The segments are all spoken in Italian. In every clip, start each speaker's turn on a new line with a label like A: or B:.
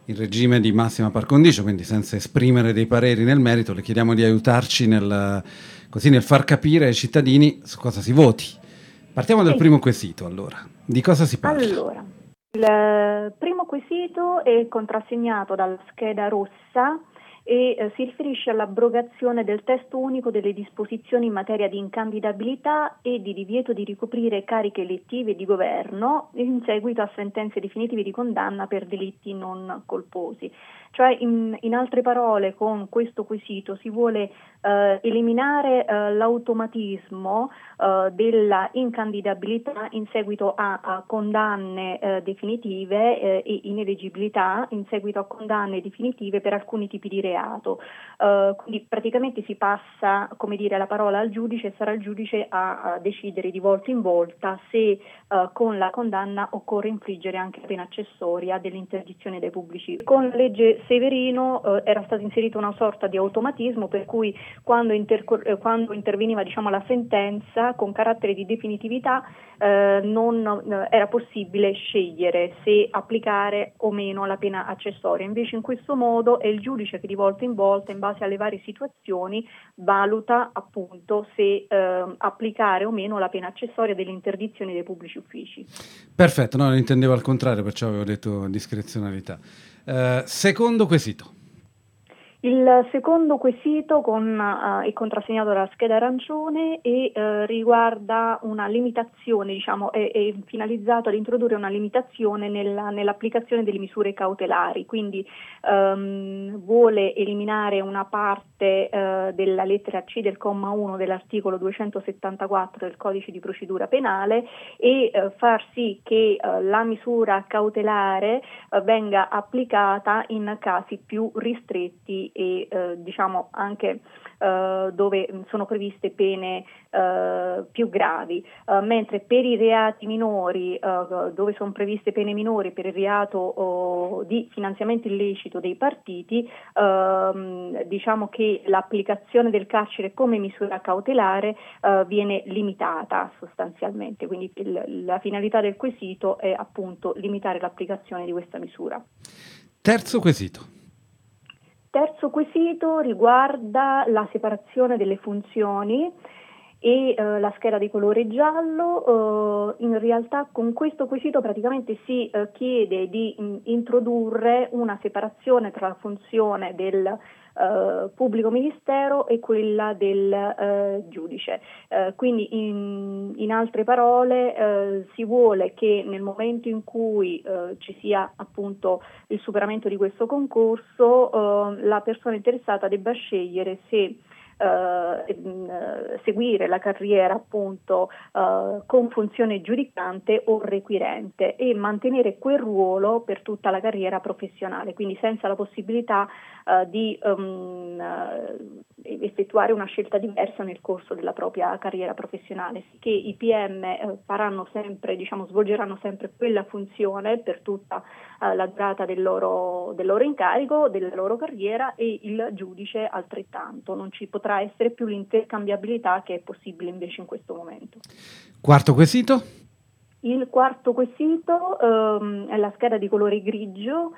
A: in regime di massima par condicio, quindi senza esprimere dei pareri nel merito, le chiediamo di aiutarci così nel far capire ai cittadini su cosa si voti. Partiamo dal
B: Sì.
A: primo quesito, allora. Di cosa si parla?
B: Allora, il primo quesito è contrassegnato dalla scheda rossa e si riferisce all'abrogazione del testo unico delle disposizioni in materia di incandidabilità e di divieto di ricoprire cariche elettive di governo in seguito a sentenze definitive di condanna per delitti non colposi. Cioè, in altre parole, con questo quesito si vuole eliminare l'automatismo della incandidabilità in seguito a condanne definitive e ineleggibilità in seguito a condanne definitive per alcuni tipi di reato. Quindi praticamente si passa, come dire, la parola al giudice e sarà il giudice a decidere di volta in volta se con la condanna occorre infliggere anche la pena accessoria dell'interdizione dai pubblici. Con la legge Severino era stata inserita una sorta di automatismo per cui quando interveniva la sentenza con carattere di definitività non era possibile scegliere se applicare o meno la pena accessoria. Invece in questo modo è il giudice che di volta in volta, in base alle varie situazioni, valuta appunto se applicare o meno la pena accessoria dell'interdizione dei pubblici uffici.
A: Perfetto, no, lo intendevo al contrario, perciò avevo detto discrezionalità. Secondo quesito.
B: Il secondo quesito è contrassegnato dalla scheda arancione e riguarda una limitazione, è finalizzato ad introdurre una limitazione nell'applicazione delle misure cautelari, quindi vuole eliminare una parte della lettera C del comma 1 dell'articolo 274 del Codice di procedura penale e far sì che la misura cautelare venga applicata in casi più ristretti e anche dove sono previste pene più gravi, mentre per i reati minori dove sono previste pene minori per il reato di finanziamento illecito dei partiti, diciamo che l'applicazione del carcere come misura cautelare viene limitata sostanzialmente, quindi la finalità del quesito è appunto limitare l'applicazione di questa misura.
A: Terzo quesito.
B: Terzo quesito riguarda la separazione delle funzioni e la scheda di colore giallo. In realtà con questo quesito praticamente si chiede di introdurre una separazione tra la funzione del pubblico ministero e quella del giudice. Quindi in altre parole si vuole che nel momento in cui ci sia appunto il superamento di questo concorso la persona interessata debba scegliere se seguire la carriera appunto con funzione giudicante o requirente e mantenere quel ruolo per tutta la carriera professionale, quindi senza la possibilità di effettuare una scelta diversa nel corso della propria carriera professionale, che i PM svolgeranno sempre quella funzione per tutta la durata del loro incarico, della loro carriera, e il giudice altrettanto. Non ci potrà essere più l'intercambiabilità che è possibile invece in questo momento.
A: Quarto quesito.
B: Il quarto quesito è la scheda di colore grigio.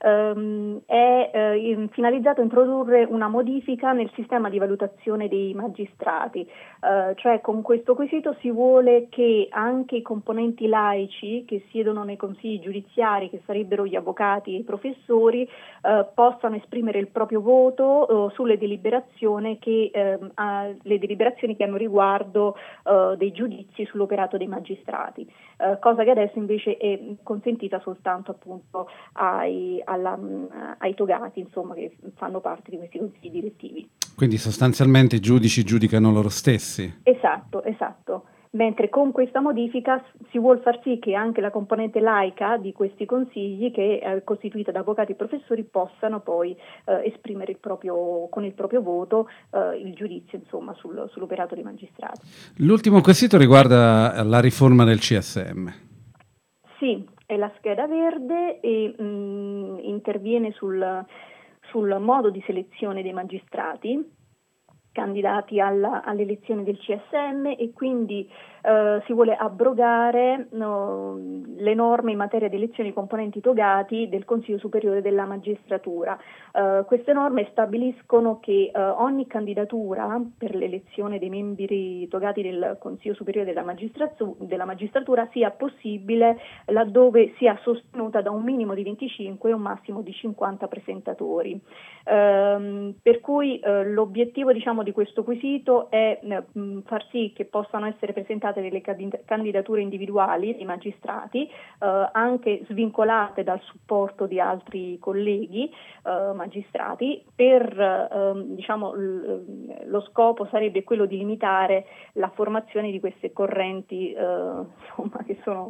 B: È finalizzato a introdurre una modifica nel sistema di valutazione dei magistrati, cioè con questo quesito si vuole che anche i componenti laici che siedono nei consigli giudiziari, che sarebbero gli avvocati e i professori, possano esprimere il proprio voto sulle deliberazioni che hanno riguardo dei giudizi sull'operato dei magistrati, cosa che adesso invece è consentita soltanto appunto ai togati, insomma, che fanno parte di questi consigli direttivi.
A: Quindi sostanzialmente i giudici giudicano loro stessi.
B: Esatto. Mentre con questa modifica si vuol far sì che anche la componente laica di questi consigli, che è costituita da avvocati e professori, possano poi esprimere con il proprio voto il giudizio, insomma, sull'operato dei magistrati.
A: L'ultimo quesito riguarda la riforma del CSM.
B: Sì, è la scheda verde e interviene sul modo di selezione dei magistrati. candidati alle elezioni del CSM, e quindi si vuole abrogare le norme in materia di elezioni componenti togati del Consiglio Superiore della Magistratura. Queste norme stabiliscono che ogni candidatura per l'elezione dei membri togati del Consiglio Superiore della Magistratura sia possibile laddove sia sostenuta da un minimo di 25 e un massimo di 50 presentatori. Per cui l'obiettivo, diciamo, di questo quesito è far sì che possano essere presentate delle candidature individuali di magistrati, anche svincolate dal supporto di altri colleghi magistrati, diciamo, lo scopo sarebbe quello di limitare la formazione di queste correnti insomma, che sono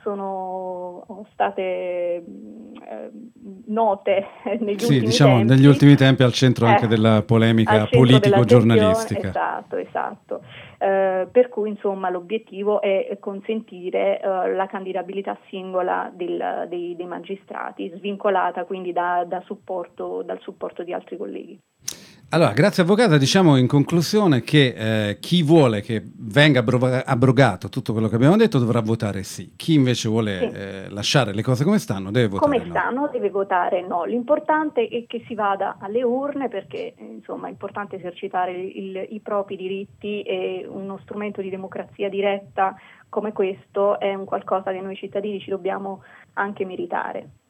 B: state note negli ultimi
A: diciamo,
B: tempi.
A: negli ultimi tempi al centro anche della polemica politico-giornalistica.
B: Esatto. Per cui insomma l'obiettivo è consentire la candidabilità singola dei magistrati, svincolata quindi dal supporto di altri colleghi.
A: Allora, grazie Avvocata, diciamo in conclusione che chi vuole che venga abrogato tutto quello che abbiamo detto dovrà votare sì, chi invece vuole lasciare le cose come stanno deve votare
B: come stanno, deve votare no. L'importante è che si vada alle urne, perché insomma è importante esercitare i propri diritti, e uno strumento di democrazia diretta come questo è un qualcosa che noi cittadini ci dobbiamo anche meritare.